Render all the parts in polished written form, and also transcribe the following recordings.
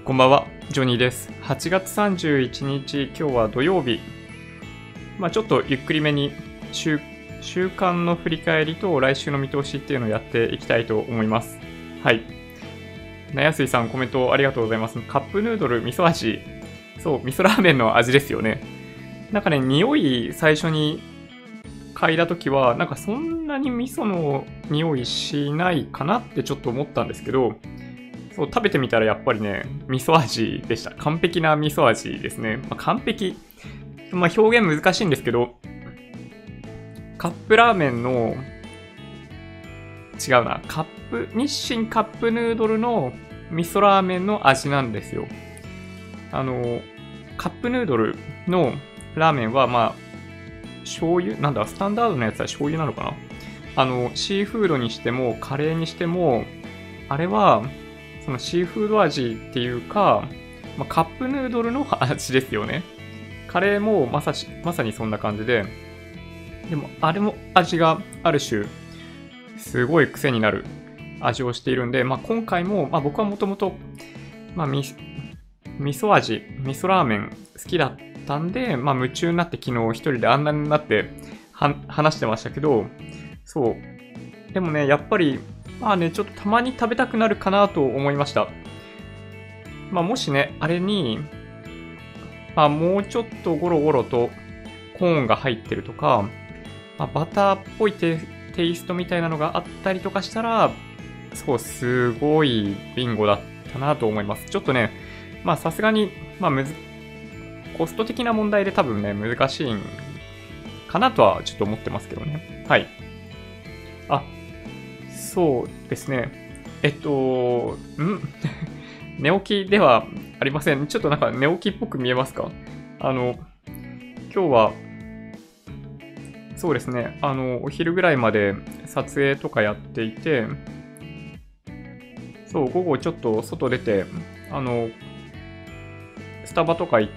こんばんは、ジョニーです。8月31日、今日は土曜日。ちょっとゆっくりめに週間の振り返りと来週の見通しっていうのをやっていきたいと思います。はい。なやすいさん、コメントありがとうございます。カップヌードル、味噌味。そう、味噌ラーメンの味ですよね。なんかね、匂い最初に嗅いだときは、なんかそんなに味噌の匂いしないかなってちょっと思ったんですけど、そう、食べてみたらやっぱりね、味噌味でした。完璧な味噌味ですね。完璧。表現難しいんですけど、カップラーメンの、違うな、日清カップヌードルの味噌ラーメンの味なんですよ。カップヌードルのラーメンは、醤油スタンダードのやつは醤油なのかな。シーフードにしても、カレーにしても、あれは、そのシーフード味っていうか、カップヌードルの味ですよね。カレーもまさにそんな感じで、でもあれも味がある種、すごい癖になる味をしているんで、今回も、僕はもともと、味噌味、味噌ラーメン好きだったんで、夢中になって昨日一人であんなになって話してましたけど、そう。でもね、やっぱり、ちょっとたまに食べたくなるかなと思いました。もしね、あれに、もうちょっとゴロゴロとコーンが入ってるとか、バターっぽいテイストみたいなのがあったりとかしたら、そう、すごいビンゴだったなと思います。ちょっとね、さすがに、コスト的な問題で多分ね、難しいんかなとはちょっと思ってますけどね。はい。そうですね。寝起きではありません。ちょっとなんか寝起きっぽく見えますか？今日は、そうですね。お昼ぐらいまで撮影とかやっていて、そう、午後ちょっと外出て、スタバとか行って、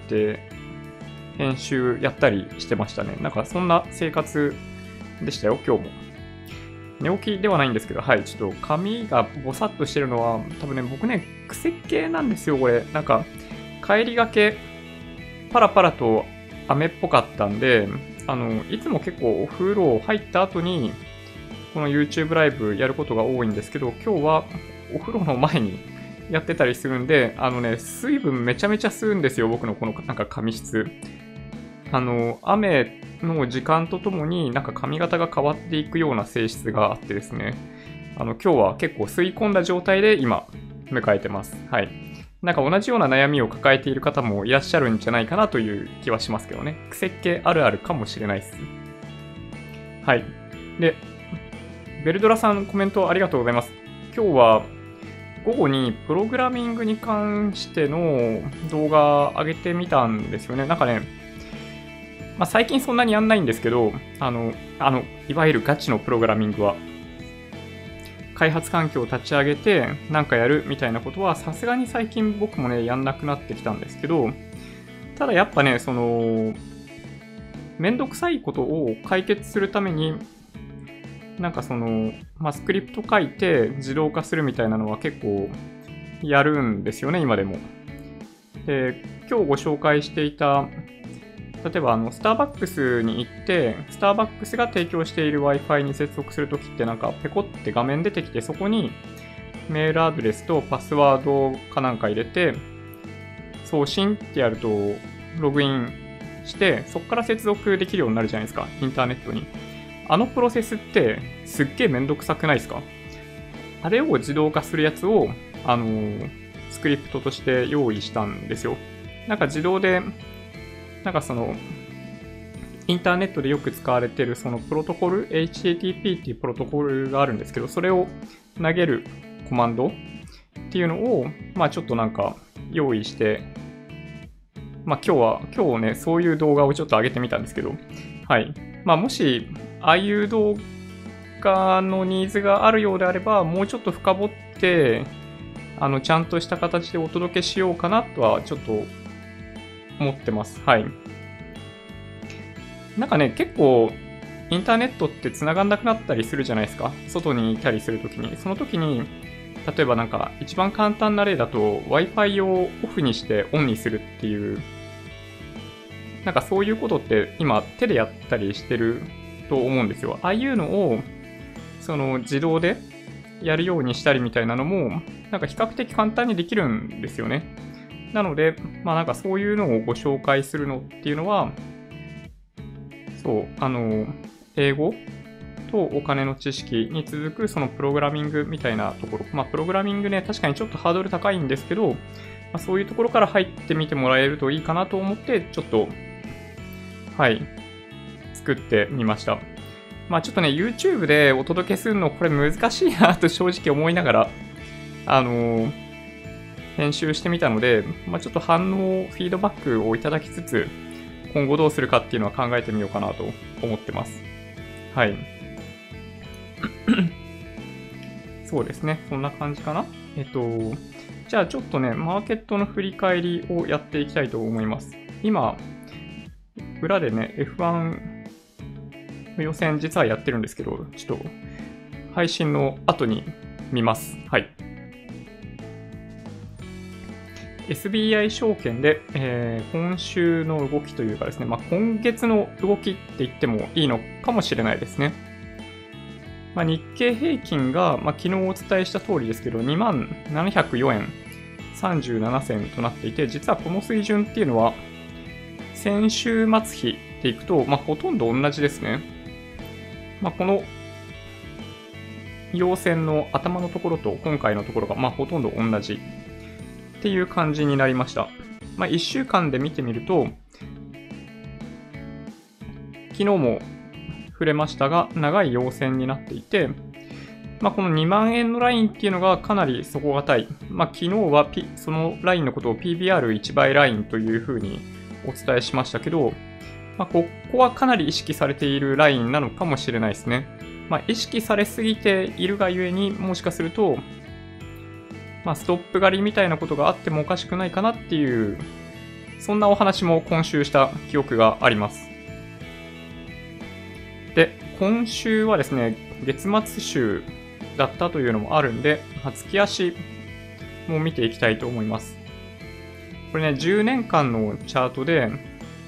編集やったりしてましたね。なんかそんな生活でしたよ、今日も。寝起きではないんですけど、はい、ちょっと髪がボサッとしてるのは、多分ね、僕ね、癖っ気なんですよ、これ。なんか、帰りがけ、パラパラと雨っぽかったんで、いつも結構お風呂入った後に、この YouTube ライブやることが多いんですけど、今日はお風呂の前にやってたりするんで、水分めちゃめちゃ吸うんですよ、僕のこのなんか髪質。雨の時間とともになんか髪型が変わっていくような性質があってですね、今日は結構吸い込んだ状態で今迎えてます。はい。なんか同じような悩みを抱えている方もいらっしゃるんじゃないかなという気はしますけどね。癖っ気あるあるかもしれないです。はい。で、ベルドラさんコメントありがとうございます。今日は午後にプログラミングに関しての動画上げてみたんですよね。なんかね、最近そんなにやんないんですけど、いわゆるガチのプログラミングは、開発環境を立ち上げてなんかやるみたいなことはさすがに最近僕もね、やんなくなってきたんですけど、ただやっぱね、めんどくさいことを解決するために、なんかスクリプト書いて自動化するみたいなのは結構やるんですよね、今でも。で、今日ご紹介していた、例えばスターバックスに行って、スターバックスが提供している Wi-Fi に接続するときってなんかペコって画面出てきて、そこにメールアドレスとパスワードかなんか入れて、送信ってやるとログインして、そこから接続できるようになるじゃないですか、インターネットに。あのプロセスってすっげえめんどくさくないですか？あれを自動化するやつを、スクリプトとして用意したんですよ。なんか自動で、なんかインターネットでよく使われているそのプロトコル、HTTP っていうプロトコルがあるんですけど、それを投げるコマンドっていうのを、ちょっとなんか用意して、今日ね、そういう動画をちょっと上げてみたんですけど、はい。もし、ああいう動画のニーズがあるようであれば、もうちょっと深掘って、ちゃんとした形でお届けしようかなとは、ちょっと思ってます。はい。なんかね、結構、インターネットって繋がんなくなったりするじゃないですか。外にいたりするときに。その時に、 例えばなんか一番簡単な例だと Wi-Fi をオフにしてオンにするっていう、なんかそういうことって今手でやったりしてると思うんですよ。ああいうのをその自動でやるようにしたりみたいなのもなんか比較的簡単にできるんですよね。なので、まあなんかそういうのをご紹介するのっていうのは、そう、英語とお金の知識に続くそのプログラミングみたいなところ。まあプログラミングね、確かにちょっとハードル高いんですけど、まあ、そういうところから入ってみてもらえるといいかなと思って、ちょっと、はい、作ってみました。まあちょっとね、YouTube でお届けするのこれ難しいなと正直思いながら、編集してみたので、まあ、ちょっと反応、フィードバックをいただきつつ、今後どうするかっていうのは考えてみようかなと思ってます。はい。そうですね。そんな感じかな。じゃあちょっとね、マーケットの振り返りをやっていきたいと思います。今、裏でね、F1 の予選実はやってるんですけど、ちょっと配信の後に見ます。はい。SBI 証券で、今週の動きというかですね、まあ、今月の動きって言ってもいいのかもしれないですね。まあ、日経平均が、まあ、昨日お伝えした通りですけど、2704円37銭となっていて、実はこの水準っていうのは、先週末比でいくと、まあ、ほとんど同じですね。まあ、この陽線の頭のところと今回のところが、まあ、ほとんど同じっていう感じになりました。まあ、1週間で見てみると、昨日も触れましたが、長い陽線になっていて、まあ、この2万円のラインっていうのがかなり底堅い。まあ、昨日は、そのラインのことを PBR1 倍ラインというふうにお伝えしましたけど、まあ、ここはかなり意識されているラインなのかもしれないですね。まあ、意識されすぎているがゆえに、もしかすると、まあ、ストップ狩りみたいなことがあってもおかしくないかなっていう、そんなお話も今週した記憶があります。で、今週はですね、月末週だったというのもあるんで、月足も見ていきたいと思います。これね、10年間のチャートで、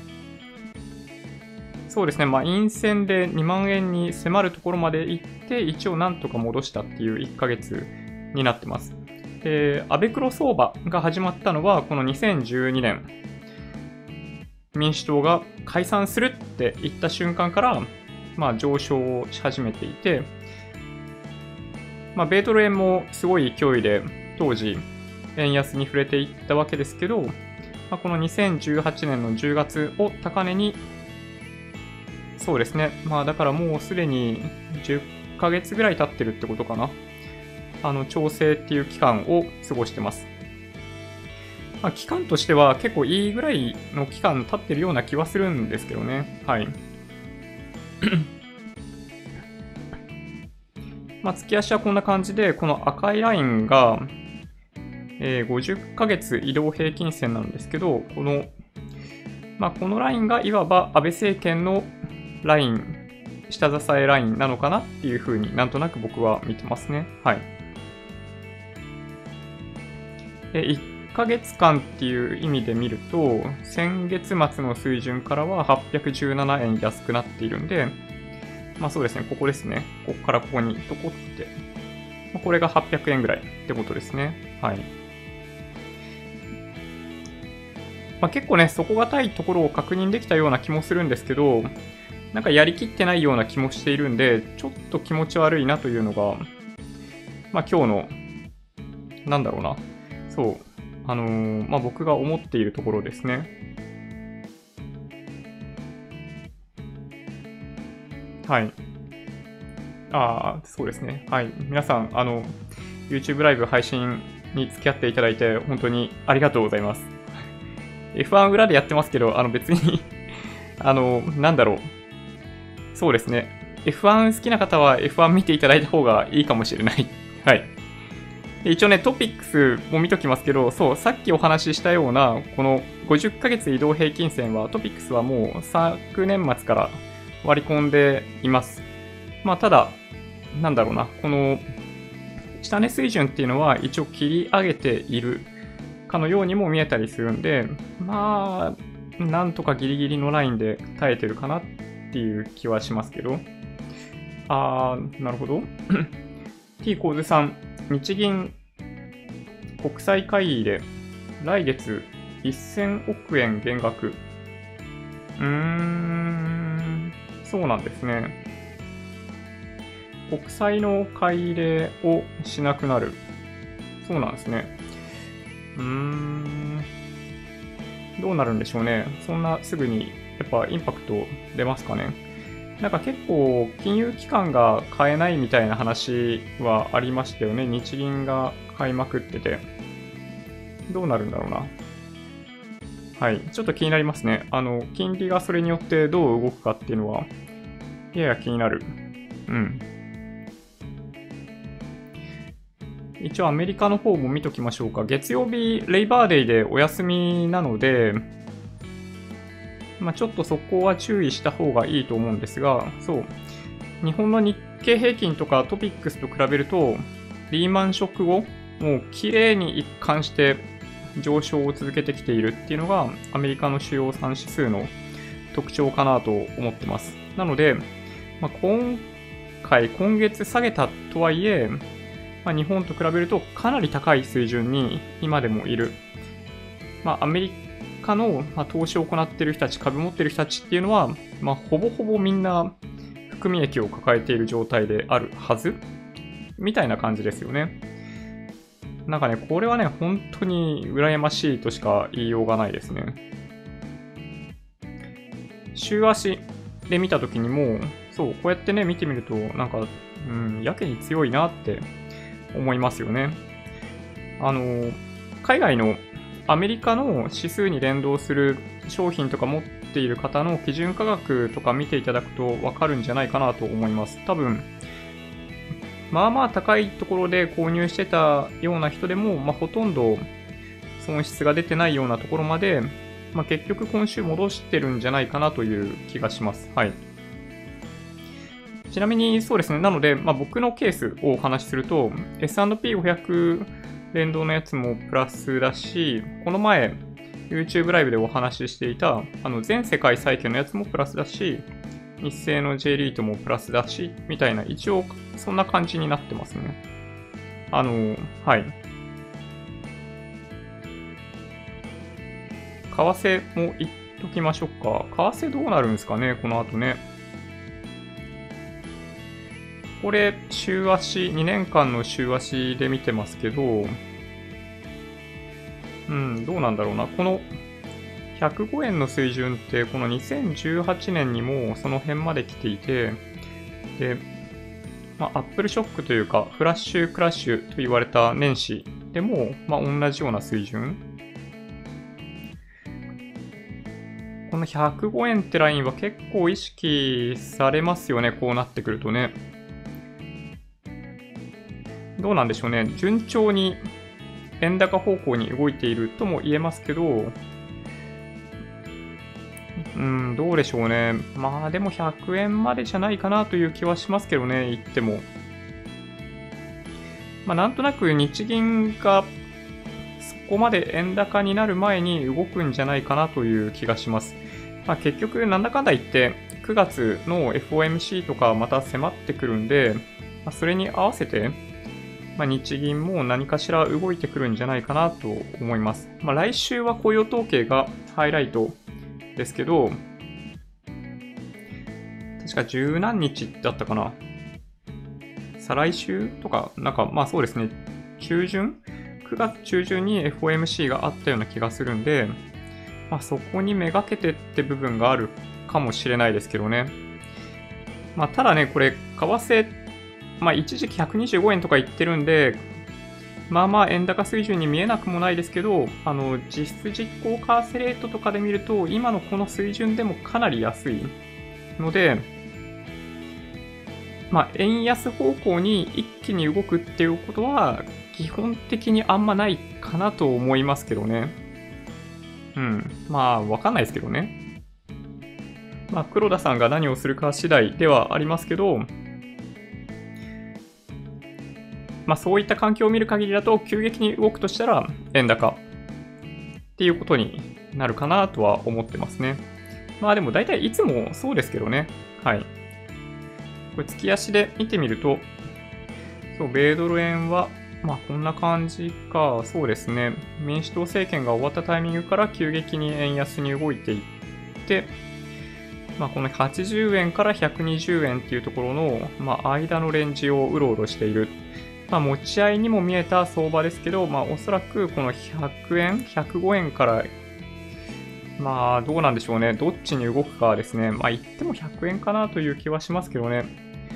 そうですね、まあ、陰線で2万円に迫るところまで行って、一応なんとか戻したっていう1ヶ月になってます。アベクロ相場が始まったのは、この2012年、民主党が解散するって言った瞬間から、まあ、上昇し始めていて、まあ、米ドル円もすごい勢いで当時円安に触れていったわけですけど、まあ、この2018年の10月を高値に、そうですね、まあだからもうすでに10ヶ月ぐらい経ってるってことかな。調整っていう期間を過ごしてます。まあ、期間としては結構いいぐらいの期間経ってるような気はするんですけどね。はい。まあ、月足はこんな感じで、この赤いラインが、50ヶ月移動平均線なんですけど、このラインがいわば安倍政権のライン、下支えラインなのかなっていうふうになんとなく僕は見てますね。はい。1ヶ月間っていう意味で見ると、先月末の水準からは817円安くなっているんで、まあそうですね、ここですね。ここからここにとこって、これが800円ぐらいってことですね。はい。まあ、結構ね、底堅いところを確認できたような気もするんですけど、なんかやりきってないような気もしているんで、ちょっと気持ち悪いなというのが、まあ今日の、なんだろうな、そう、まあ僕が思っているところですね。はい。そうですね。はい。皆さん、YouTube ライブ配信に付き合っていただいて、本当にありがとうございます。F1 裏でやってますけど、別になんだろう。そうですね。F1 好きな方は F1 見ていただいた方がいいかもしれない。はい。一応ね、トピックスも見ときますけど、そう、さっきお話ししたような、この50ヶ月移動平均線は、トピックスはもう昨年末から割り込んでいます。まあ、ただ、なんだろうな、この下値水準っていうのは一応切り上げているかのようにも見えたりするんで、まあ、なんとかギリギリのラインで耐えてるかなっていう気はしますけど。なるほど。T 構図さん、日銀国債会議で来月1000億円減額。そうなんですね。国債の買い入れをしなくなる。そうなんですね。どうなるんでしょうね。そんなすぐにやっぱインパクト出ますかね。なんか結構金融機関が買えないみたいな話はありましたよね。日銀が買いまくってて。どうなるんだろうな。はい。ちょっと気になりますね。金利がそれによってどう動くかっていうのは、やや気になる。一応アメリカの方も見ときましょうか。月曜日、レイバーデイでお休みなので、ちょっとそこは注意した方がいいと思うんですが、そう。日本の日経平均とかトピックスと比べると、リーマンショック後、もう綺麗に一貫して上昇を続けてきているっていうのが、アメリカの主要3指数の特徴かなと思ってます。なので、今月下げたとはいえ、日本と比べるとかなり高い水準に今でもいる。アメリカの投資を行っている人たち、株持っている人たちっていうのは、ほぼほぼみんな含み益を抱えている状態であるはずみたいな感じですよね。なんかね、これはね、本当に羨ましいとしか言いようがないですね。週足で見たときにも、そう、こうやってね、見てみると、なんか、やけに強いなって思いますよね。海外のアメリカの指数に連動する商品とか持っている方の基準価格とか見ていただくとわかるんじゃないかなと思います。多分、まあまあ高いところで購入してたような人でも、ほとんど損失が出てないようなところまで、結局今週戻してるんじゃないかなという気がします。はい。ちなみにそうですね。なので、僕のケースをお話しすると、S&P500 連動のやつもプラスだし、この前、YouTube ライブでお話ししていた、全世界債券のやつもプラスだし、日清の J リートもプラスだし、みたいな、一応、そんな感じになってますね。はい。為替も言っときましょうか。為替どうなるんですかね、この後ね。これ、週足、2年間の週足で見てますけど、どうなんだろうな。この105円の水準って、この2018年にもその辺まで来ていて、で、アップルショックというか、フラッシュクラッシュと言われた年始でも、同じような水準。この105円ってラインは結構意識されますよね、こうなってくるとね。どうなんでしょうね。順調に円高方向に動いているとも言えますけど、どうでしょうね。でも100円までじゃないかなという気はしますけどね、言っても。なんとなく日銀がそこまで円高になる前に動くんじゃないかなという気がします。結局、なんだかんだ言って、9月の FOMC とかまた迫ってくるんで、それに合わせて、日銀も何かしら動いてくるんじゃないかなと思います。来週は雇用統計がハイライトですけど、確か十何日だったかな。再来週とか、そうですね、9月中旬に FOMC があったような気がするんで、そこにめがけてって部分があるかもしれないですけどね。ただね、これ、為替、一時期125円とか言ってるんで、円高水準に見えなくもないですけど、実質実行為替レートとかで見ると、今のこの水準でもかなり安いので、円安方向に一気に動くっていうことは、基本的にあんまないかなと思いますけどね。わかんないですけどね。黒田さんが何をするか次第ではありますけど、 まあそういった環境を見る限りだと、急激に動くとしたら円高っていうことになるかなとは思ってますね。まあでも大体いつもそうですけどね。はい。これ月足で見てみると、そう、米ドル円は、まあこんな感じか。そうですね。民主党政権が終わったタイミングから急激に円安に動いていって、まあこの80円から120円っていうところの、まあ間のレンジをうろうろしている。まあ持ち合いにも見えた相場ですけど、まあおそらくこの100円、105円からまあ、どうなんでしょうね。どっちに動くかですね。まあ、言っても100円かなという気はしますけどね。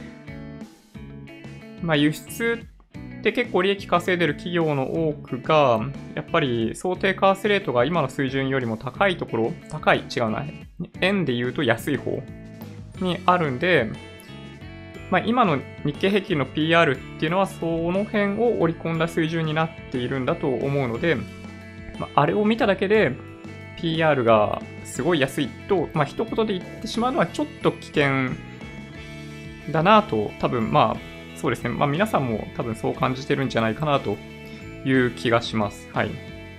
まあ、輸出って結構利益稼いでる企業の多くが、やっぱり想定為替レートが今の水準よりも高いところ、違うな。円で言うと安い方にあるんで、まあ、今の日経平均の PR っていうのはその辺を織り込んだ水準になっているんだと思うので、まあ、あれを見ただけで、PR がすごい安いと、まあ一言で言ってしまうのはちょっと危険だなと、多分まあそうですね。まあ皆さんも多分そう感じてるんじゃないかなという気がします。はい。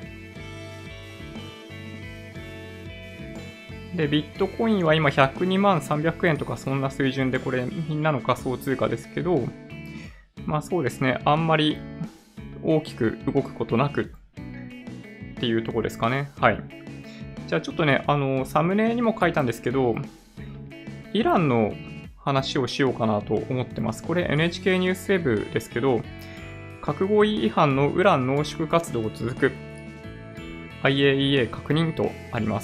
で、ビットコインは今102万300円とかそんな水準でこれみんなの仮想通貨ですけど、まあそうですね。あんまり大きく動くことなくっていうところですかね。はい。じゃあちょっとね、サムネにも書いたんですけど、イランの話をしようかなと思ってます。これ NHK ニュースウェブですけど、核合意違反のウラン濃縮活動続く。IAEA 確認とあります。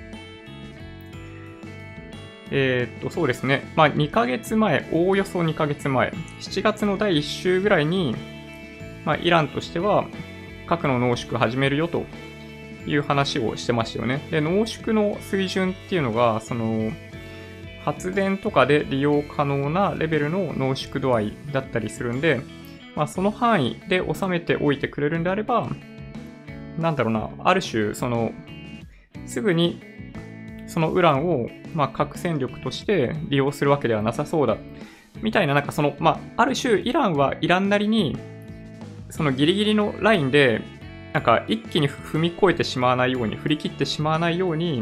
そうですね。まあ2ヶ月前、おおよそ2ヶ月前、7月の第1週ぐらいに、まあイランとしては核の濃縮始めるよという話をしてましたよね。で、濃縮の水準っていうのが、その、発電とかで利用可能なレベルの濃縮度合いだったりするんで、まあ、その範囲で収めておいてくれるんであれば、なんだろうな、ある種、その、すぐにそのウランを、まあ、核戦力として利用するわけではなさそうだ。みたいな、なんかその、まあ、ある種、イランはイランなりに、そのギリギリのラインで、なんか一気に踏み越えてしまわないように、振り切ってしまわないように、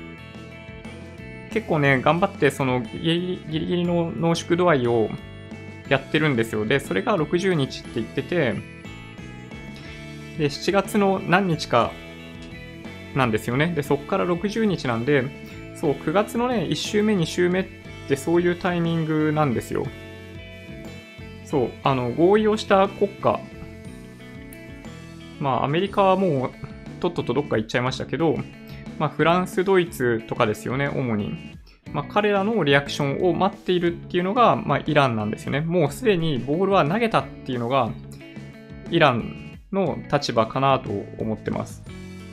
結構ね、頑張ってそのギリギリの濃縮度合いをやってるんですよ。で、それが60日って言ってて、で、7月の何日かなんですよね。で、そこから60日なんで、そう、9月のね、1週目、2週目ってそういうタイミングなんですよ。そう、合意をした国家、まあ、アメリカはもう、とっととどっか行っちゃいましたけど、まあ、フランス、ドイツとかですよね、主に。まあ、彼らのリアクションを待っているっていうのが、まあ、イランなんですよね。もうすでにボールは投げたっていうのが、イランの立場かなと思ってます。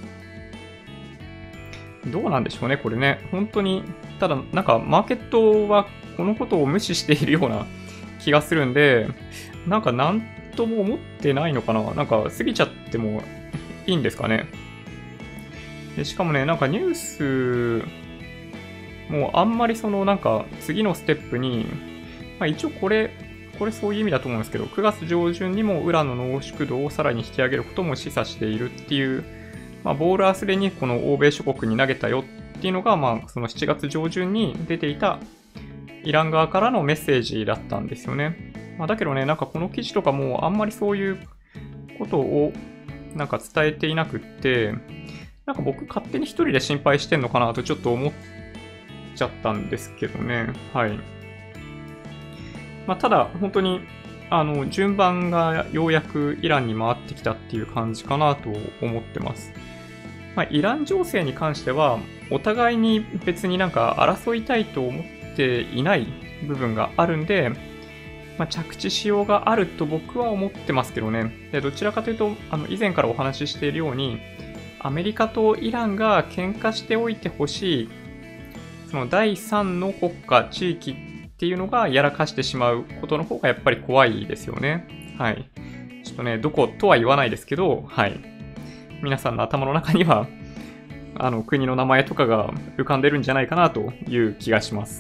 どうなんでしょうね、これね。本当に、ただ、なんか、マーケットはこのことを無視しているような気がするんで、なんか、なんとも思ってないのかな。なんか、過ぎちゃってもいいんですかね。でしかもね、なんかニュース、もうあんまりそのなんか次のステップに、まあ一応これそういう意味だと思うんですけど、9月上旬にもウランの濃縮度をさらに引き上げることも示唆しているっていう、まあボールアスレにこの欧米諸国に投げたよっていうのが、まあその7月上旬に出ていたイラン側からのメッセージだったんですよね。まあだけどね、なんかこの記事とかもあんまりそういうことをなんか伝えていなくって、なんか僕勝手に一人で心配してんのかなとちょっと思っちゃったんですけどね。はい。まあ、ただ本当に順番がようやくイランに回ってきたっていう感じかなと思ってます。まあ、イラン情勢に関してはお互いに別になんか争いたいと思っていない部分があるんで、まあ、着地しようがあると僕は思ってますけどね。でどちらかというと以前からお話ししているように、アメリカとイランが喧嘩しておいてほしい、その第三の国家、地域っていうのがやらかしてしまうことの方がやっぱり怖いですよね。はい。ちょっとね、どことは言わないですけど、はい。皆さんの頭の中には、国の名前とかが浮かんでるんじゃないかなという気がします。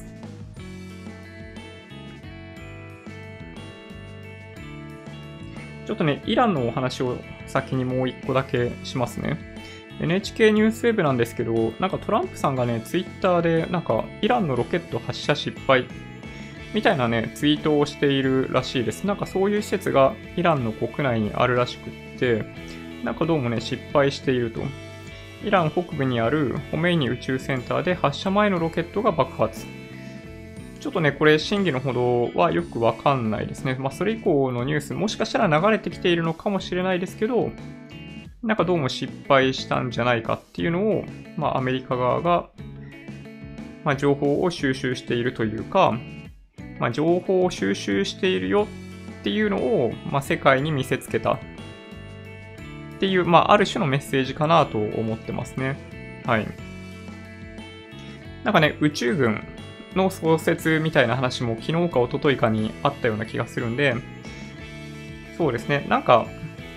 ちょっとね、イランのお話を先にもう一個だけしますね。NHK ニュースウェブなんですけど、なんかトランプさんがね、ツイッターで、なんかイランのロケット発射失敗みたいなね、ツイートをしているらしいです。なんかそういう施設がイランの国内にあるらしくって、なんかどうもね、失敗していると。イラン北部にあるホメイニ宇宙センターで発射前のロケットが爆発。ちょっとね、これ真偽のほどはよくわかんないですね。まあそれ以降のニュース、もしかしたら流れてきているのかもしれないですけど、なんかどうも失敗したんじゃないかっていうのを、まあアメリカ側が、まあ情報を収集しているというか、まあ情報を収集しているよっていうのを、まあ世界に見せつけたっていう、まあある種のメッセージかなと思ってますね。はい。なんかね、宇宙軍の創設みたいな話も昨日か一昨日かにあったような気がするんで、そうですね、なんか、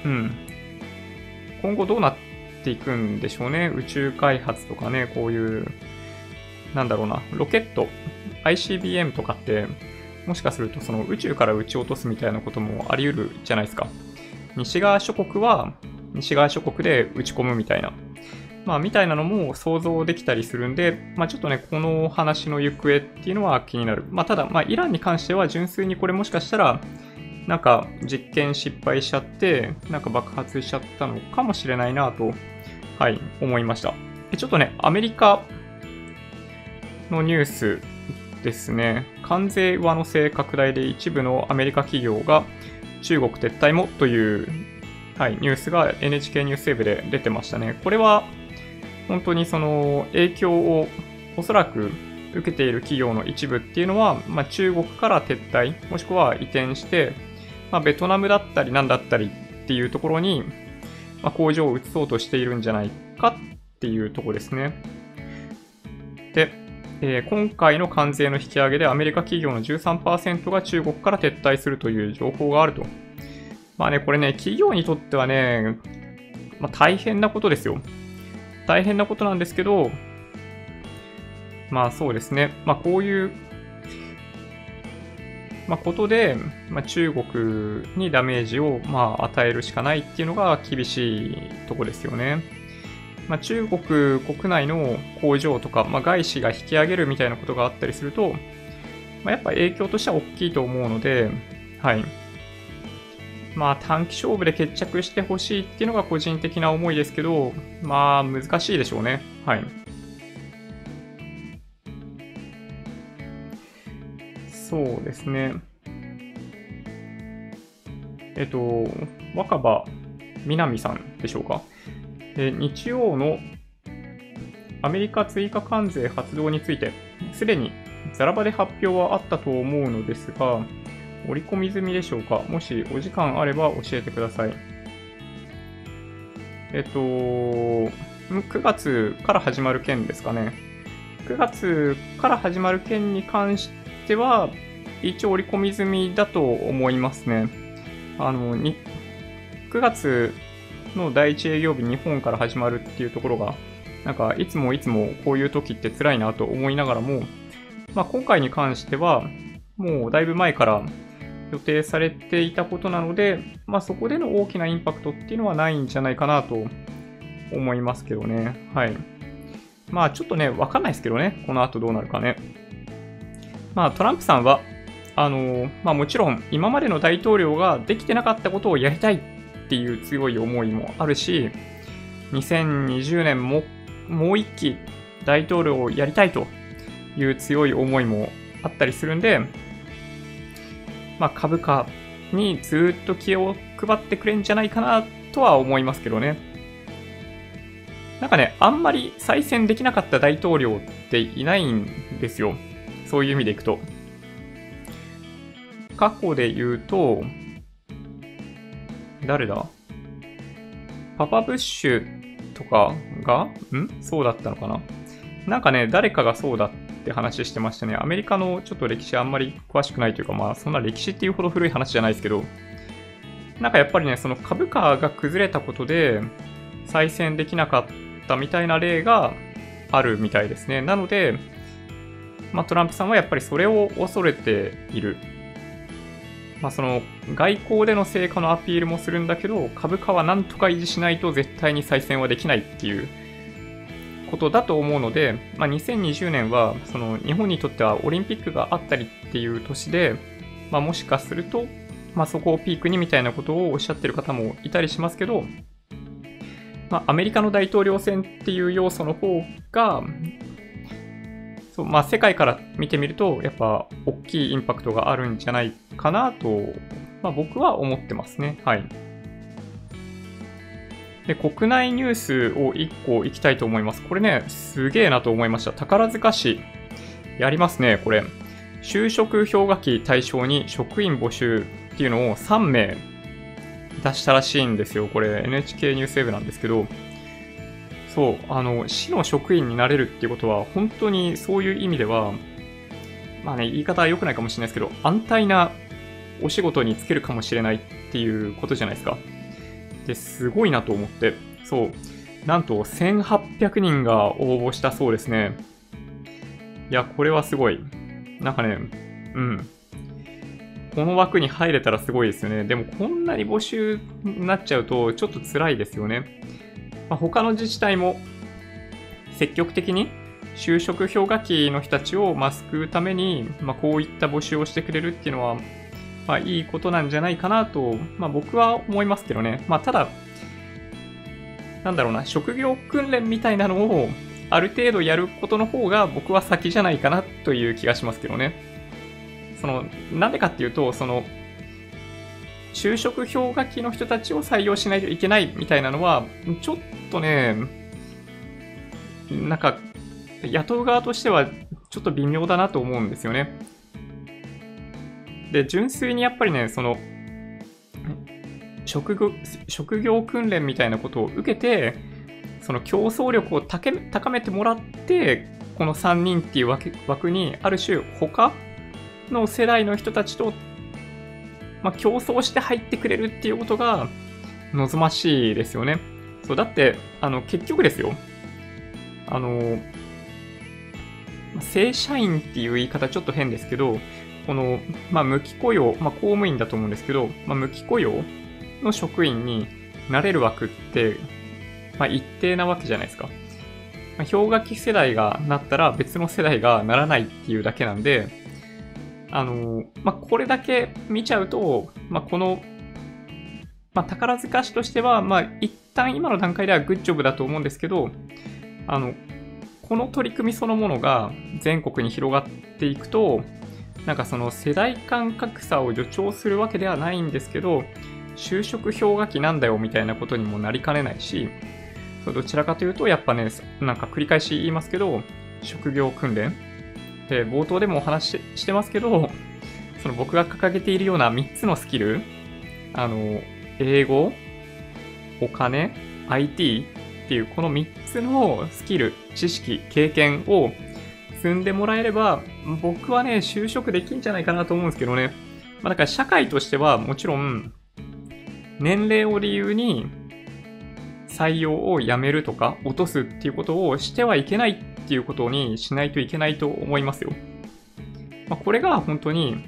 今後どうなっていくんでしょうね。宇宙開発とかね、こういう、なんだろうな、ロケット、ICBM とかって、もしかするとその宇宙から撃ち落とすみたいなこともあり得るじゃないですか。西側諸国は、西側諸国で撃ち込むみたいな。まあ、みたいなのも想像できたりするんで、まあ、ちょっとね、この話の行方っていうのは気になる。まあ、ただ、まあ、イランに関しては純粋にこれもしかしたら、なんか実験失敗しちゃって、なんか爆発しちゃったのかもしれないなと、はい、思いました。ちょっとね、アメリカのニュースですね。関税上乗せ拡大で一部のアメリカ企業が中国撤退もという、はい、ニュースが NHK ニュースウェブで出てましたね。これは本当にその影響をおそらく受けている企業の一部っていうのは、まあ、中国から撤退、もしくは移転して、まあ、ベトナムだったりなんだったりっていうところに、まあ、工場を移そうとしているんじゃないかっていうところですね。で、今回の関税の引き上げでアメリカ企業の 13% が中国から撤退するという情報があると。まあね、これね、企業にとってはね、まあ、大変なことですよ。大変なことなんですけど、まあそうですね。まあこういう、まあ、ことで、まあ、中国にダメージをまあ与えるしかないっていうのが厳しいとこですよね。まあ、中国国内の工場とか、まあ、外資が引き上げるみたいなことがあったりすると、まあ、やっぱ影響としては大きいと思うので、はい。まあ短期勝負で決着してほしいっていうのが個人的な思いですけど、まあ難しいでしょうね。はい。そうですね。若葉みなみさんでしょうか。日曜のアメリカ追加関税発動について、すでにザラバで発表はあったと思うのですが、織り込み済みでしょうか。もしお時間あれば教えてください。9月から始まる件ですかね。9月から始まる件に関しては、一応織り込み済みだと思いますね。9月の第1営業日、日本から始まるっていうところが、なんかいつもこういう時って辛いなと思いながらも、まあ今回に関しては、もうだいぶ前から予定されていたことなので、まあそこでの大きなインパクトっていうのはないんじゃないかなと思いますけどね。はい。まあちょっとね、わかんないですけどね。この後どうなるかね。まあトランプさんは、まあもちろん今までの大統領ができてなかったことをやりたいっていう強い思いもあるし、2020年ももう一期大統領をやりたいという強い思いもあったりするんで、まあ株価にずっと気を配ってくれんじゃないかなとは思いますけどね。なんかね、あんまり再選できなかった大統領っていないんですよ。そういう意味でいくと。過去で言うと、誰だ？パパブッシュとかがそうだったのかな。なんかね、誰かがそうだって話してましたね。アメリカのちょっと歴史あんまり詳しくないというか、まあそんな歴史っていうほど古い話じゃないですけど、なんかやっぱりね、その株価が崩れたことで再選できなかったみたいな例があるみたいですね。なので、まあトランプさんはやっぱりそれを恐れている。 その外交での成果のアピールもするんだけど、株価はなんとか維持しないと絶対に再選はできないっていうことだと思うので、2020年はその日本にとってはオリンピックがあったりっていう年で、もしかすると、そこをピークにみたいなことをおっしゃってる方もいたりしますけど、アメリカの大統領選っていう要素の方が、そう、世界から見てみると、やっぱ大きいインパクトがあるんじゃないかなと、僕は思ってますね。はい。で、国内ニュースを1個いきたいと思います。これね、すげえなと思いました。宝塚市、やりますね、これ。就職氷河期対象に職員募集っていうのを3名出したらしいんですよ。これ NHK ニュースウェブなんですけど、そう、市の職員になれるっていうことは、本当にそういう意味では、言い方は良くないかもしれないですけど、安泰なお仕事に就けるかもしれないっていうことじゃないですか。で、すごいなと思って、そう、なんと1800人が応募したそうですね。いや、これはすごい。なんかね、この枠に入れたらすごいですよね。でもこんなに募集になっちゃうとちょっと辛いですよね。他の自治体も積極的に就職氷河期の人たちを救うために、こういった募集をしてくれるっていうのは、いいことなんじゃないかなと、僕は思いますけどね。ただ、なんだろうな、職業訓練みたいなのをある程度やることの方が僕は先じゃないかなという気がしますけどね。なんでかっていうと、就職氷河期の人たちを採用しないといけないみたいなのは、ちょっとね、なんか、雇う側としてはちょっと微妙だなと思うんですよね。で、純粋にやっぱりね、職業訓練みたいなことを受けて、その競争力を高めてもらって、この3人っていう枠に、ある種他の世代の人たちと、競争して入ってくれるっていうことが望ましいですよね。そう、だって、結局ですよ。正社員っていう言い方ちょっと変ですけど、この、無期雇用、公務員だと思うんですけど、無期雇用の職員になれる枠って、一定なわけじゃないですか。氷河期世代がなったら別の世代がならないっていうだけなんで、これだけ見ちゃうと、この、宝塚市としては、一旦今の段階ではグッジョブだと思うんですけど、この取り組みそのものが全国に広がっていくと、なんかその世代間格差を助長するわけではないんですけど、就職氷河期なんだよみたいなことにもなりかねないし、どちらかというと、やっぱね、なんか繰り返し言いますけど、職業訓練で、冒頭でもお話ししてますけど、その僕が掲げているような3つのスキル、英語、お金、IT っていうこの3つのスキル、知識、経験を積んでもらえれば、僕はね、就職できんじゃないかなと思うんですけどね。だから社会としてはもちろん、年齢を理由に採用をやめるとか落とすっていうことをしてはいけないっていうことにしないといけないと思いますよ。これが本当に、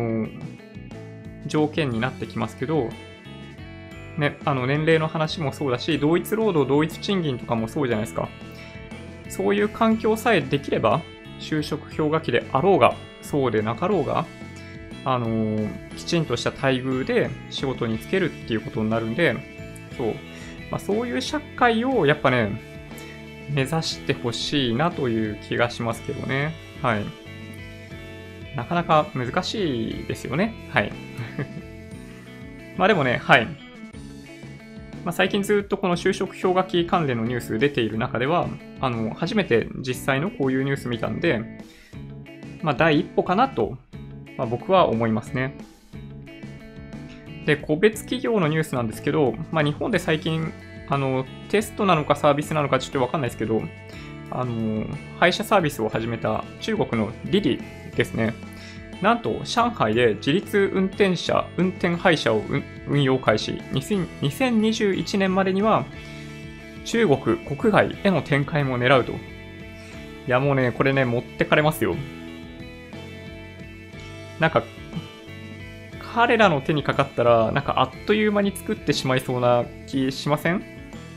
条件になってきますけど、ね、年齢の話もそうだし、同一労働、同一賃金とかもそうじゃないですか。そういう環境さえできれば、就職氷河期であろうが、そうでなかろうが、きちんとした待遇で仕事に就けるっていうことになるんで、そう。そういう社会をやっぱね、目指してほしいなという気がしますけどね。はい。なかなか難しいですよね。はい。でもね、はい。最近ずっとこの就職氷河期関連のニュース出ている中では、初めて実際のこういうニュース見たんで、第一歩かなと、僕は思いますね。で、個別企業のニュースなんですけど、日本で最近、テストなのかサービスなのかちょっとわかんないですけど、配車サービスを始めた中国のディディですね。なんと、上海で自立運転配車を運用開始。2021年までには、中国国外への展開も狙うと。いや、もうね、これね、持ってかれますよ。なんか、 彼らの手にかかったら、なんかあっという間に作ってしまいそうな気しません？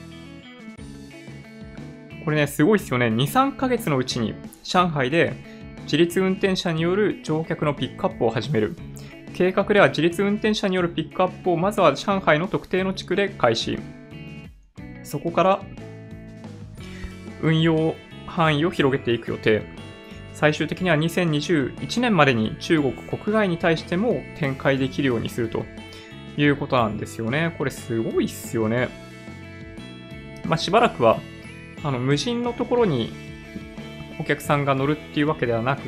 これね、すごいっすよね。2、3ヶ月のうちに、上海で自立運転車による乗客のピックアップを始める。計画では自立運転車によるピックアップをまずは上海の特定の地区で開始。そこから運用範囲を広げていく予定。最終的には2021年までに中国国外に対しても展開できるようにするということなんですよね。これすごいっすよね。しばらくは無人のところにお客さんが乗るっていうわけではなくって、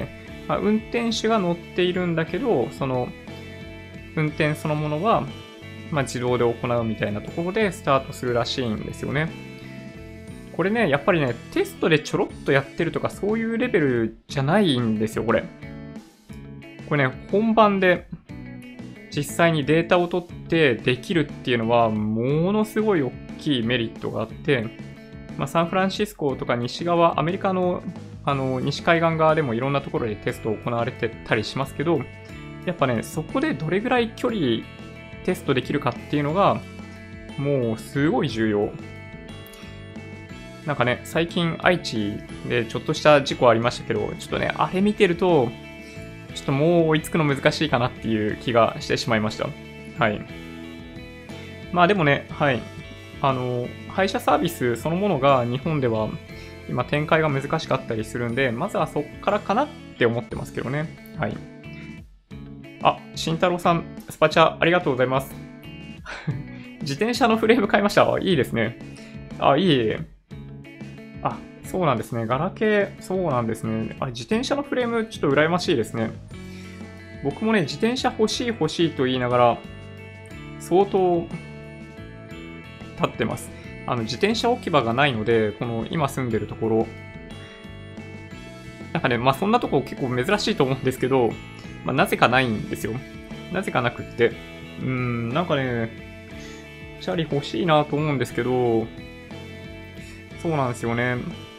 運転手が乗っているんだけど、その運転そのものは自動で行うみたいなところでスタートするらしいんですよね。これね、やっぱりね、テストでちょろっとやってるとかそういうレベルじゃないんですよ、これ。これね、本番で実際にデータを取ってできるっていうのは、ものすごい大きいメリットがあって、サンフランシスコとか西側、アメリカの西海岸側でもいろんなところでテストを行われてたりしますけど、やっぱね、そこでどれぐらい距離テストできるかっていうのが、もうすごい重要。なんかね、最近愛知でちょっとした事故ありましたけど、ちょっとね、あれ見てると、ちょっともう追いつくの難しいかなっていう気がしてしまいました。はい。でもね、はい。配車サービスそのものが日本では今展開が難しかったりするんで、まずはそっからかなって思ってますけどね。はい。慎太郎さん、スパチャありがとうございます。自転車のフレーム買いました。いいですね。いい。そうなんですね。ガラケー、そうなんですね。自転車のフレーム、ちょっと羨ましいですね。僕もね、自転車欲しいと言いながら、相当、立ってます。自転車置き場がないので、この今住んでるところ、なんかね、そんなとこ結構珍しいと思うんですけど、なぜかないんですよ。なぜかなくって。なんかね、チャリ欲しいなと思うんですけど、そうなんですよね。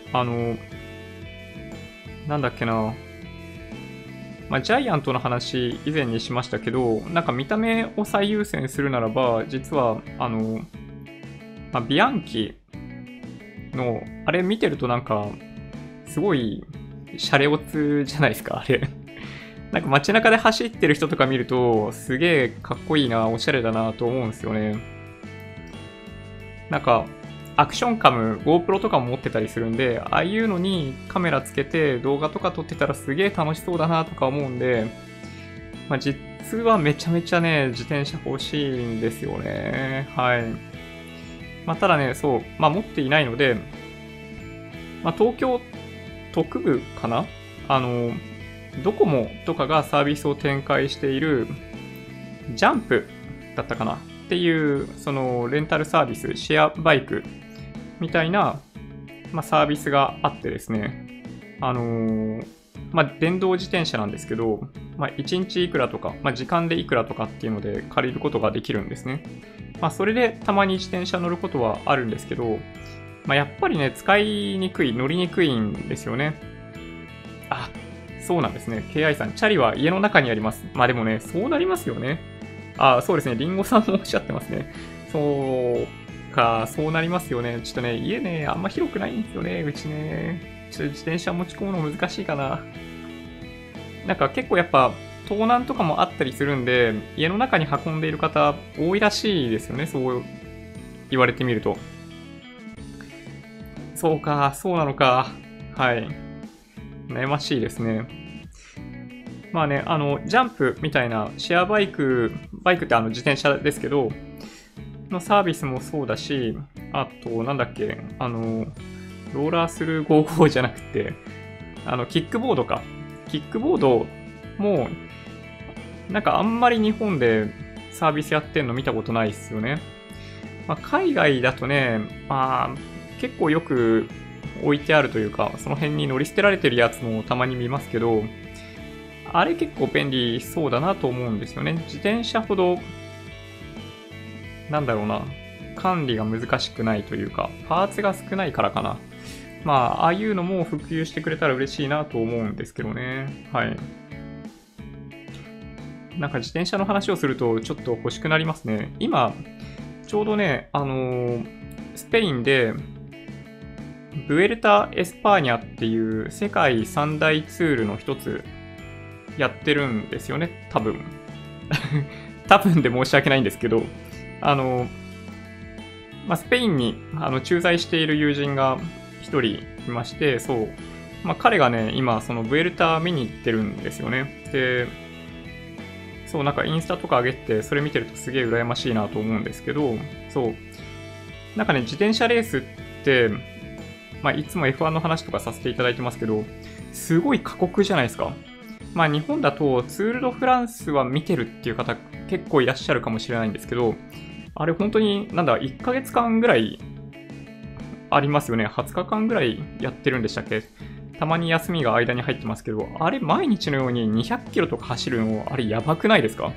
なんだっけな。ジャイアントの話以前にしましたけど、なんか見た目を最優先するならば、実は、ビアンキの、あれ見てるとなんか、すごい、シャレオツじゃないですか、あれ。なんか街中で走ってる人とか見ると、すげえかっこいいな、おしゃれだなと思うんですよね。なんか、アクションカム、GoPro とかも持ってたりするんで、ああいうのにカメラつけて動画とか撮ってたらすげえ楽しそうだなとか思うんで、実はめちゃめちゃね、自転車欲しいんですよね。はい。ただね、そう、持っていないので、東京特部かな？ドコモとかがサービスを展開している、ジャンプだったかなっていう、そのレンタルサービス、シェアバイクみたいな、サービスがあってですね、電動自転車なんですけど、1日いくらとか、時間でいくらとかっていうので借りることができるんですね。それでたまに自転車乗ることはあるんですけど、やっぱりね、使いにくい、乗りにくいんですよね。そうなんですね。KI さん、チャリは家の中にあります。でもね、そうなりますよね。そうですね。リンゴさんもおっしゃってますね。そうか、そうなりますよね。ちょっとね、家ね、あんま広くないんですよね、うちね。ちょっと自転車持ち込むの難しいかな。なんか結構やっぱ、盗難とかもあったりするんで、家の中に運んでいる方多いらしいですよね。そう言われてみると。そうか、そうなのか。はい。悩ましいですね。ジャンプみたいなシェアバイクって自転車ですけど、のサービスもそうだし、あと、なんだっけ、ローラースルー55じゃなくて、キックボードか。キックボードも、なんかあんまり日本でサービスやってんの見たことないっすよね。海外だとね、結構よく置いてあるというか、その辺に乗り捨てられてるやつもたまに見ますけど、あれ結構便利そうだなと思うんですよね。自転車ほど、管理が難しくないというか、パーツが少ないからかな。ああいうのも普及してくれたら嬉しいなと思うんですけどね。はい。 なんか自転車の話をするとちょっと欲しくなりますね。今、ちょうどね、スペインで、ブエルタ・エスパーニャっていう世界三大ツールの一つやってるんですよね、多分。多分で申し訳ないんですけど、スペインに駐在している友人が一人いまして、そう、彼がね、今、そのブエルタ見に行ってるんですよね。で、そう、なんかインスタとか上げて、それ見てるとすげえ羨ましいなと思うんですけど、そう、なんかね、自転車レースって、いつも F1 の話とかさせていただいてますけど、すごい過酷じゃないですか。日本だとツール・ド・フランスは見てるっていう方結構いらっしゃるかもしれないんですけど、あれ本当に1ヶ月間ぐらいありますよね。20日間ぐらいやってるんでしたっけ？たまに休みが間に入ってますけど、あれ毎日のように200キロとか走るの、あれやばくないですか？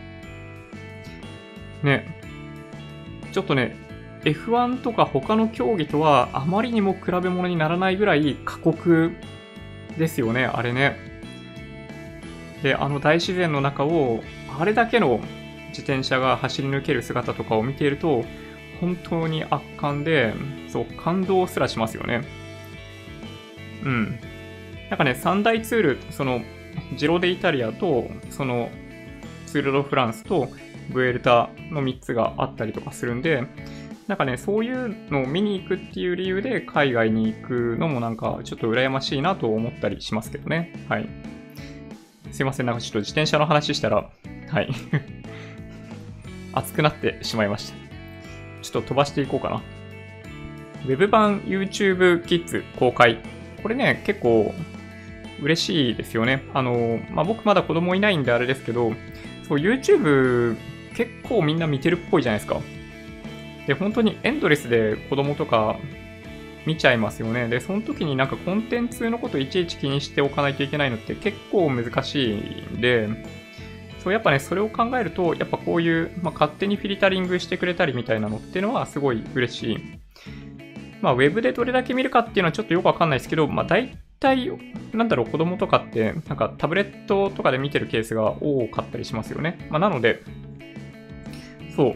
ね。ちょっとね、F1 とか他の競技とはあまりにも比べ物にならないぐらい過酷ですよね、あれね。で、大自然の中を、あれだけの自転車が走り抜ける姿とかを見ていると、本当に圧巻で、そう、感動すらしますよね。うん。なんかね、三大ツール、その、ジロデイタリアと、その、ツール・ド・フランスと、ブエルタの3つがあったりとかするんで、なんかね、そういうのを見に行くっていう理由で海外に行くのもなんかちょっと羨ましいなと思ったりしますけどね。はい。すいません、なんかちょっと自転車の話したら、はい。熱くなってしまいました。ちょっと飛ばしていこうかな。Web 版 YouTube Kids 公開。これね、結構嬉しいですよね。僕まだ子供いないんであれですけど、そう、YouTube 結構みんな見てるっぽいじゃないですか。で、本当にエンドレスで子供とか見ちゃいますよね。で、その時になんかコンテンツのこといちいち気にしておかないといけないのって結構難しいんで、そう、やっぱね、それを考えると、やっぱこういう、勝手にフィルタリングしてくれたりみたいなのっていうのはすごい嬉しい。ウェブでどれだけ見るかっていうのはちょっとよくわかんないですけど、大体、子供とかって、なんかタブレットとかで見てるケースが多かったりしますよね。なので、そう、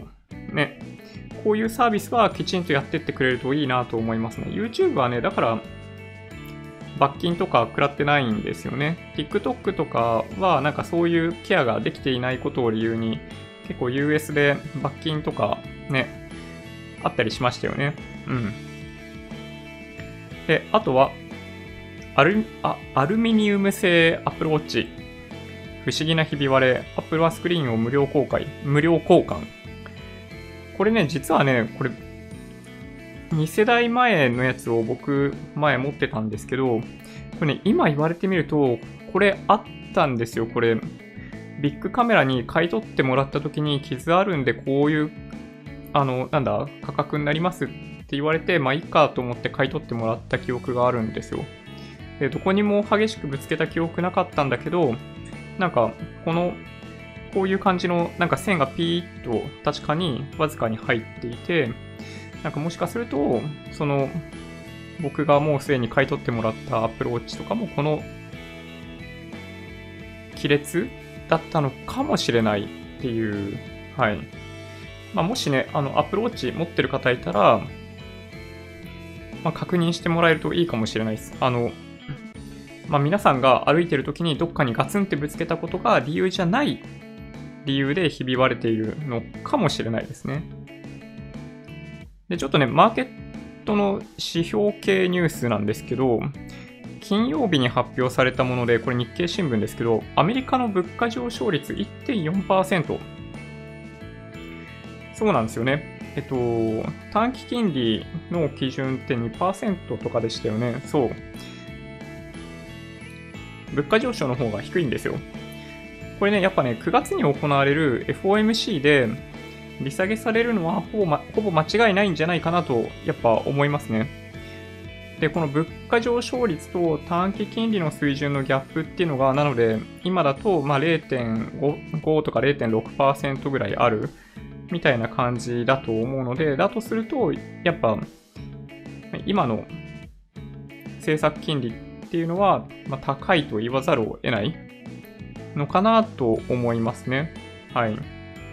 ね、こういうサービスはきちんとやってってくれるといいなと思いますね。YouTube はね、だから、罰金とか食らってないんですよね。TikTok とかはなんかそういうケアができていないことを理由に結構 US で罰金とかね、あったりしましたよね。うん。で、あとはアルミニウム製 Apple Watch。不思議なひび割れ。Apple はスクリーンを無料交換。これね、実はね、これ2世代前のやつを僕前持ってたんですけど、これね、今言われてみると、これあったんですよ。これ、ビッグカメラに買い取ってもらった時に傷あるんで、こういう、価格になりますって言われて、いいかと思って買い取ってもらった記憶があるんですよ。で、どこにも激しくぶつけた記憶なかったんだけど、なんか、こういう感じの、なんか線がピーッと確かにわずかに入っていて、なんかもしかすると、僕がもうすでに買い取ってもらった Apple Watch とかもこの亀裂だったのかもしれないっていう、はい。もしね、Apple Watch 持ってる方いたら、確認してもらえるといいかもしれないです。皆さんが歩いてる時にどっかにガツンってぶつけたことが理由じゃない理由でひび割れているのかもしれないですね。で、ちょっとね、マーケットの指標系ニュースなんですけど、金曜日に発表されたもので、これ日経新聞ですけど、アメリカの物価上昇率 1.4%。そうなんですよね。短期金利の基準って 2% とかでしたよね。そう。物価上昇の方が低いんですよ。これね、やっぱね、9月に行われる FOMC で、利下げされるのはほぼ間違いないんじゃないかなとやっぱ思いますね。で、この物価上昇率と短期金利の水準のギャップっていうのが、なので今だと0.5 とか 0.6% ぐらいあるみたいな感じだと思うので、だとするとやっぱ今の政策金利っていうのは高いと言わざるを得ないのかなと思いますね。 はい。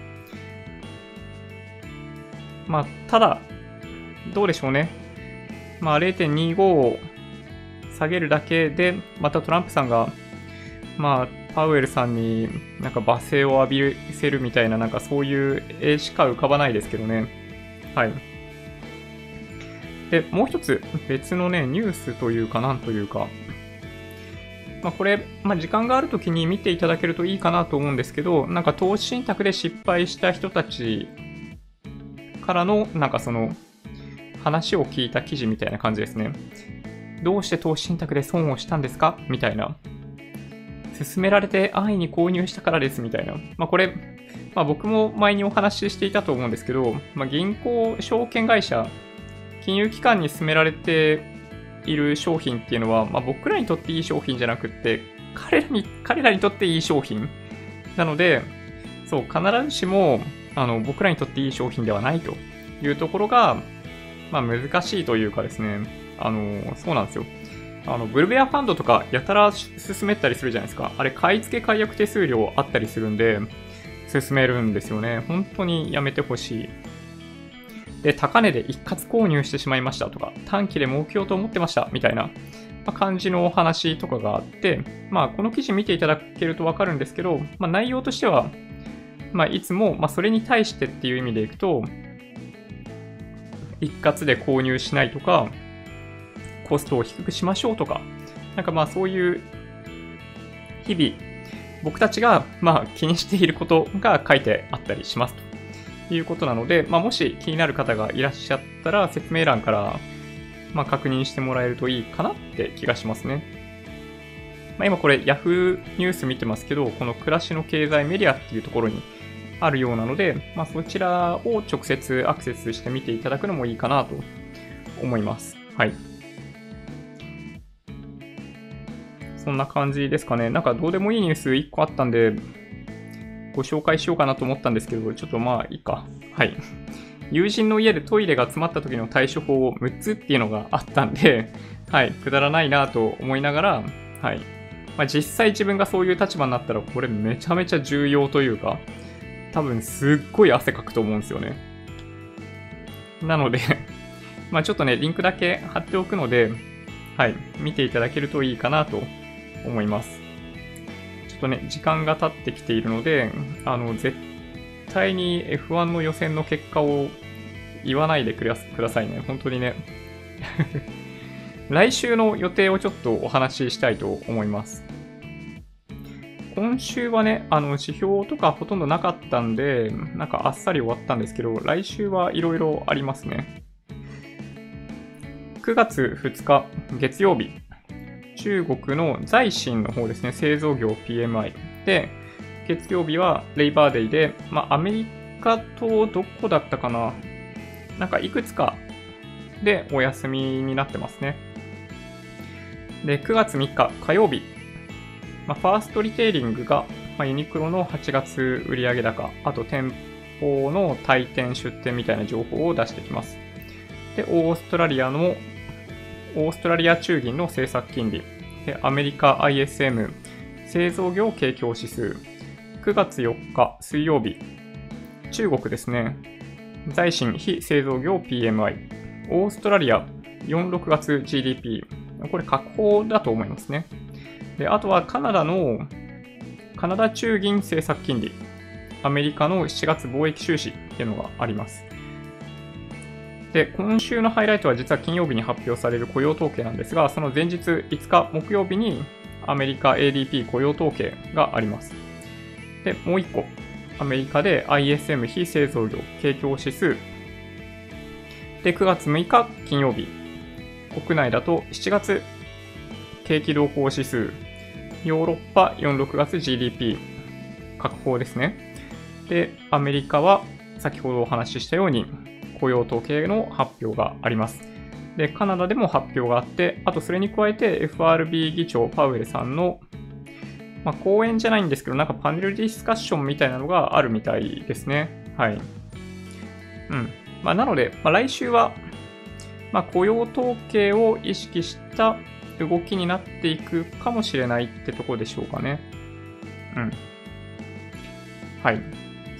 まあ、ただ、どうでしょうね。まあ、0.25 を下げるだけで、またトランプさんが、まあ、パウエルさんになんか罵声を浴びせるみたいな、なんかそういう絵しか浮かばないですけどね。はい。で、もう一つ別のね、ニュースというかなんというか、まあこれ、まあ時間があるときに見ていただけるといいかなと思うんですけど、なんか投資信託で失敗した人たちからの、なんかその話を聞いた記事みたいな感じですね。どうして投資信託で損をしたんですかみたいな。勧められて安易に購入したからですみたいな。まあこれ、まあ僕も前にお話ししていたと思うんですけど、まあ銀行、証券会社、金融機関に勧められている商品っていうのは、まあ僕らにとっていい商品じゃなくって、彼らにとっていい商品なので、そう、必ずしも、僕らにとっていい商品ではないというところが、まあ難しいというかですね、そうなんですよ。ブルベアファンドとかやたら進めたりするじゃないですか。あれ、買い付け解約手数料あったりするんで、進めるんですよね。本当にやめてほしい。で、高値で一括購入してしまいましたとか、短期で儲けようと思ってましたみたいな感じのお話とかがあって、まあ、この記事見ていただけるとわかるんですけど、まあ、内容としては、まあ、いつも、まあ、それに対してっていう意味でいくと、一括で購入しないとか、コストを低くしましょうとか、なんかまあそういう日々僕たちがまあ気にしていることが書いてあったりしますということなので、まあ、もし気になる方がいらっしゃったら説明欄からまあ確認してもらえるといいかなって気がしますね。まあ、今これ Yahoo ニュース見てますけど、この暮らしの経済メディアっていうところにあるようなので、まあ、そちらを直接アクセスして見ていただくのもいいかなと思います。はい。そんな感じですかね。なんかどうでもいいニュース1個あったんで、ご紹介しようかなと思ったんですけど、ちょっとまあいいか。はい。友人の家でトイレが詰まった時の対処法を6つっていうのがあったんで、はい。くだらないなと思いながら、はい。まあ、実際自分がそういう立場になったら、これめちゃめちゃ重要というか、多分すっごい汗かくと思うんですよね。なのでまあちょっとね、リンクだけ貼っておくので、はい。見ていただけるといいかなと思います。ちょっとね、時間が経ってきているので、絶対に F1 の予選の結果を言わないでくださいね。本当にね。来週の予定をちょっとお話ししたいと思います。今週はね、指標とかほとんどなかったんで、なんかあっさり終わったんですけど、来週はいろいろありますね。9月2日月曜日、中国の財新の方ですね、製造業 PMI で、月曜日はレイバーデイで、まあ、アメリカとどこだったかな、なんかいくつかでお休みになってますね。で、9月3日火曜日、まあ、ファーストリテイリングが、まあ、ユニクロの8月売上高、あと店舗の退店出店みたいな情報を出してきます。で、オーストラリア中銀の政策金利、でアメリカ ISM 製造業景況指数、9月4日水曜日、中国ですね、財新非製造業 PMI、オーストラリア4、6月 GDP、これ確保だと思いますね。で、あとはカナダ中銀政策金利、アメリカの7月貿易収支っていうのがあります。で、今週のハイライトは実は金曜日に発表される雇用統計なんですが、その前日5日木曜日にアメリカ ADP 雇用統計があります。で、もう1個、アメリカで ISM 非製造業景況指数。で、9月6日金曜日、国内だと7月景気動向指数、ヨーロッパ4、6月 GDP 確報ですね。で、アメリカは先ほどお話ししたように雇用統計の発表があります。で、カナダでも発表があって、あとそれに加えて FRB 議長パウエルさんの、まあ、講演じゃないんですけど、なんかパネルディスカッションみたいなのがあるみたいですね。はい。うん。まあ、なので、まあ、来週は、まあ、雇用統計を意識した動きになっていくかもしれないってとこでしょうかね。うん。はい。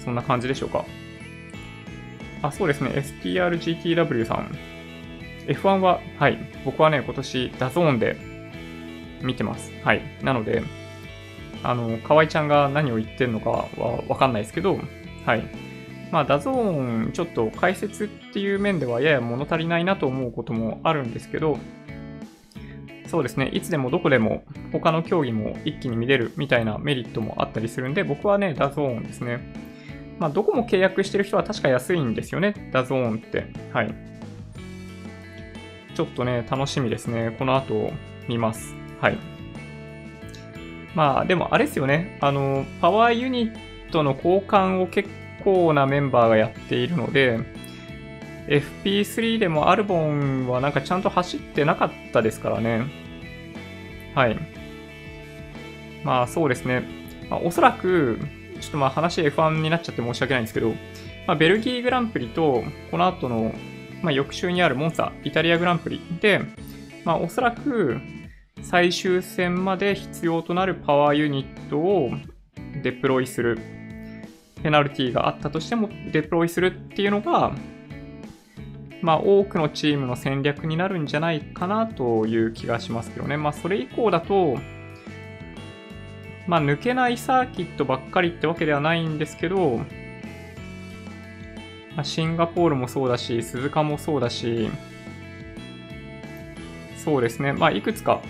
そんな感じでしょうか。そうですね。STRGTW さん。F1 は、はい。僕はね、今年、ダゾーンで見てます。はい。なので、河合ちゃんが何を言ってるのかはわかんないですけど、はい。ダゾーン、ちょっと解説っていう面ではやや物足りないなと思うこともあるんですけど、そうですね。いつでもどこでも他の競技も一気に見れるみたいなメリットもあったりするんで、僕はね、ダゾーンですね。どこも契約してる人は確か安いんですよね、ダゾーンって。はい。ちょっとね、楽しみですね。この後見ます。はい。でもあれですよね。パワーユニットの交換を結構なメンバーがやっているので、FP3 でもアルボンはなんかちゃんと走ってなかったですからね。はい。そうですね。おそらく、ちょっと話 F1 になっちゃって申し訳ないんですけど、ベルギーグランプリと、この後の、翌週にあるモンサ、イタリアグランプリで、おそらく、最終戦まで必要となるパワーユニットをデプロイする。ペナルティがあったとしてもデプロイするっていうのが、多くのチームの戦略になるんじゃないかなという気がしますけどね。それ以降だと、抜けないサーキットばっかりってわけではないんですけど、シンガポールもそうだし、鈴鹿もそうだし、そうですね。いくつか。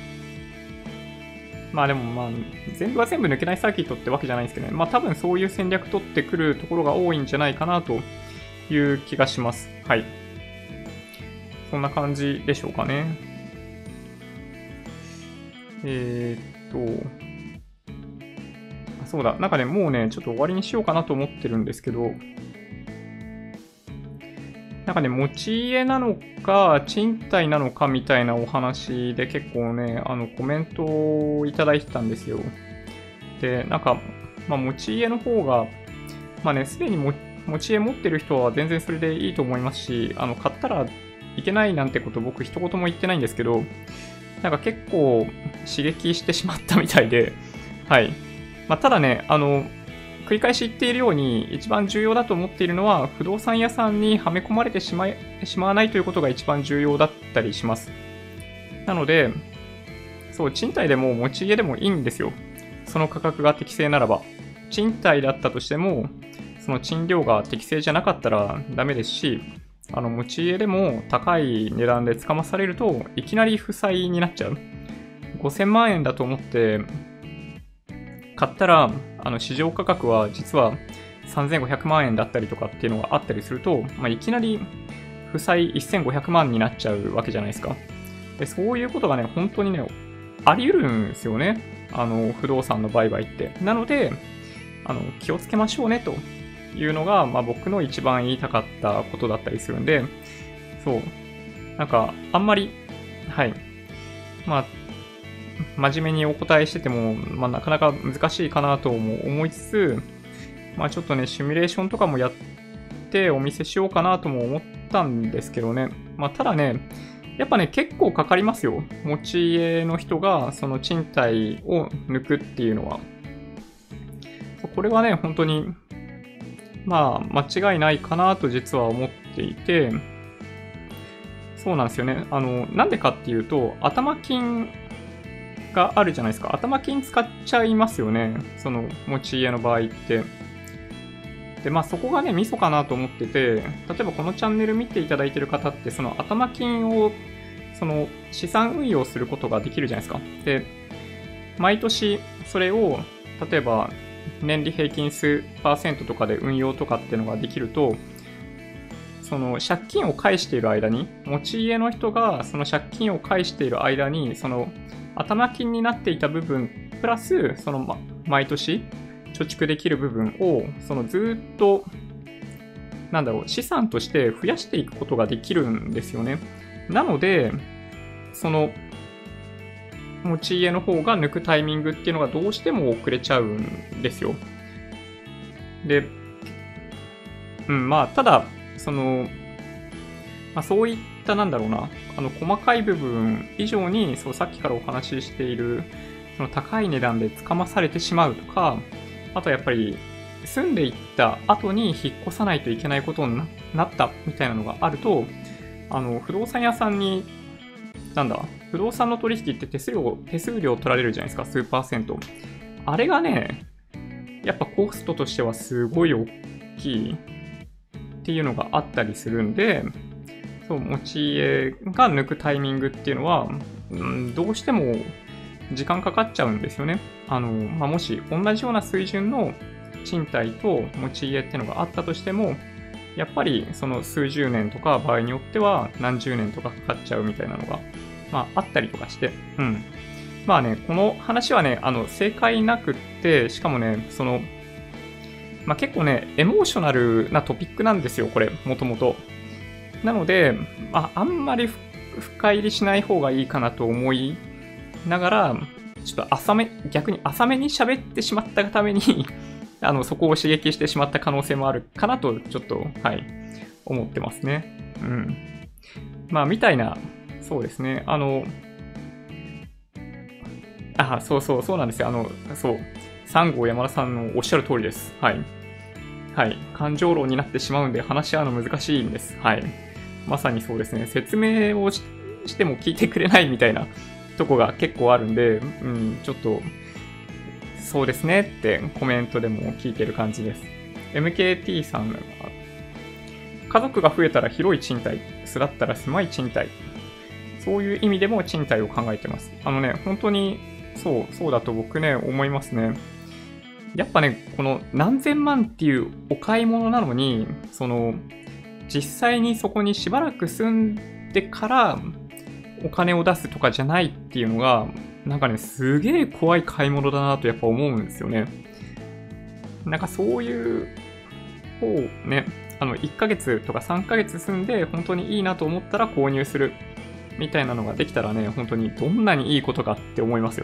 でも全部が全部抜けないサーキットってわけじゃないんですけどね。多分そういう戦略取ってくるところが多いんじゃないかなという気がします。はい。そんな感じでしょうかね。そうだ。なんかね、もうね、ちょっと終わりにしようかなと思ってるんですけど、なんかね、持ち家なのか、賃貸なのかみたいなお話で結構ね、コメントをいただいてたんですよ。で、なんか、持ち家の方が、すでに持ち家持ってる人は全然それでいいと思いますし、買ったらいけないなんてこと僕一言も言ってないんですけど、なんか結構刺激してしまったみたいで、はい。ただね、繰り返し言っているように、一番重要だと思っているのは、不動産屋さんにはめ込まれてしまわないということが一番重要だったりします。なので、そう、賃貸でも持ち家でもいいんですよ。その価格が適正ならば。賃貸だったとしても、その賃料が適正じゃなかったらダメですし、持ち家でも高い値段でつかまされると、いきなり負債になっちゃう。5000万円だと思って、買ったら、市場価格は実は3500万円だったりとかっていうのがあったりすると、いきなり負債1500万になっちゃうわけじゃないですか。で、そういうことがね、本当にね、あり得るんですよね。不動産の売買って。なので、気をつけましょうねというのが、僕の一番言いたかったことだったりするんで、そう。なんか、あんまり、はい。真面目にお答えしてても、なかなか難しいかなとも思いつつ、ちょっとね、シミュレーションとかもやってお見せしようかなとも思ったんですけどね。ただね、やっぱね、結構かかりますよ。持ち家の人が、その賃貸を抜くっていうのは。これはね、本当に、間違いないかなと実は思っていて、そうなんですよね。なんでかっていうと、頭金があるじゃないですか。頭金使っちゃいますよね。その持ち家の場合って。で、そこがね、ミソかなと思ってて、例えばこのチャンネル見ていただいてる方って、その頭金を、その資産運用することができるじゃないですか。で、毎年それを、例えば年利平均数%とかで運用とかっていうのができると、その借金を返している間に、持ち家の人がその借金を返している間に、その頭金になっていた部分、プラス、その毎年貯蓄できる部分を、そのずっと、資産として増やしていくことができるんですよね。なので、その、持ち家の方が抜くタイミングっていうのがどうしても遅れちゃうんですよ。で、ただ、その、そういった細かい部分以上に、そう、さっきからお話ししている、その高い値段でつかまされてしまうとか、あとやっぱり、 住んでいった後に引っ越さないといけないことになったみたいなのがあると、不動産屋さんに、不動産の取引って手数料取られるじゃないですか、数%。あれがね、やっぱコストとしてはすごい大きいっていうのがあったりするんで、そう、持ち家が抜くタイミングっていうのは、どうしても時間かかっちゃうんですよね。もし同じような水準の賃貸と持ち家っていうのがあったとしても、やっぱりその数十年とか場合によっては何十年とかかかっちゃうみたいなのが、あったりとかして、この話はね、正解なくって、しかもね、結構ね、エモーショナルなトピックなんですよ、これ、もともと。なので、あんまり深入りしない方がいいかなと思いながら、ちょっと逆に浅めに喋ってしまったがためにそこを刺激してしまった可能性もあるかなと、ちょっと、思ってますね。みたいな、そうですね。そうなんですよ。3号山田さんのおっしゃる通りです。感情論になってしまうんで話し合うの難しいんです。まさにそうですね。説明をしても聞いてくれないみたいなとこが結構あるんで、ちょっと、そうですねってコメントでも聞いてる感じです。MKT さんが、家族が増えたら広い賃貸、巣立ったら狭い賃貸。そういう意味でも賃貸を考えてます。本当にそうだと僕ね、思いますね。やっぱね、この何千万っていうお買い物なのに、実際にそこにしばらく住んでからお金を出すとかじゃないっていうのが、すげえ怖い買い物だなとやっぱ思うんですよね。そういう方ね、1ヶ月とか3ヶ月住んで本当にいいなと思ったら購入するみたいなのができたらね、本当にどんなにいいことかって思いますよ。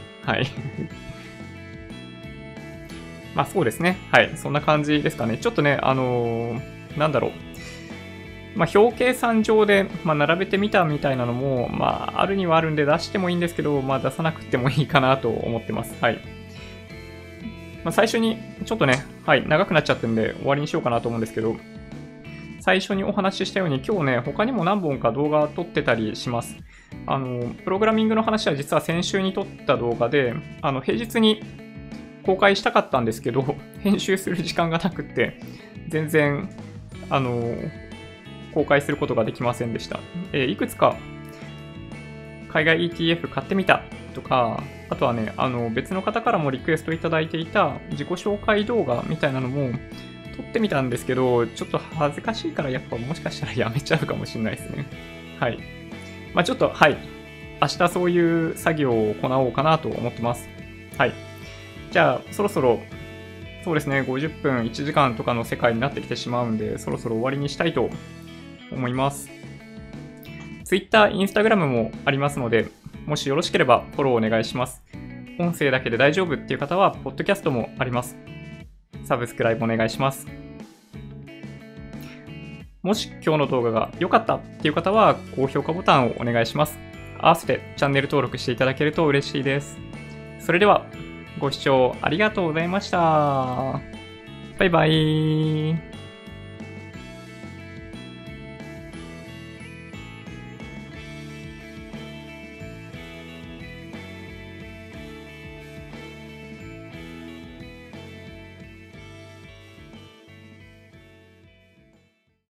そうですね。そんな感じですかね。ちょっとね、表計算上で、並べてみたみたいなのも、あるにはあるんで出してもいいんですけど、出さなくてもいいかなと思ってます。最初に、ちょっとね、長くなっちゃってるんで終わりにしようかなと思うんですけど、最初にお話ししたように、今日ね、他にも何本か動画撮ってたりします。プログラミングの話は実は先週に撮った動画で、平日に公開したかったんですけど、編集する時間がなくって、全然、公開することができませんでした。いくつか海外 ETF 買ってみたとか、あとはね、別の方からもリクエストいただいていた自己紹介動画みたいなのも撮ってみたんですけど、ちょっと恥ずかしいからやっぱもしかしたらやめちゃうかもしれないですね。ちょっと、明日そういう作業を行おうかなと思ってます。じゃあ、そろそろ、そうですね、50分、1時間とかの世界になってきてしまうんで、そろそろ終わりにしたいと思います。Twitter、Instagram もありますので、もしよろしければフォローお願いします。音声だけで大丈夫っていう方は、ポッドキャストもあります。サブスクライブお願いします。もし今日の動画が良かったっていう方は、高評価ボタンをお願いします。合わせてチャンネル登録していただけると嬉しいです。それでは、ご視聴ありがとうございました。バイバイ。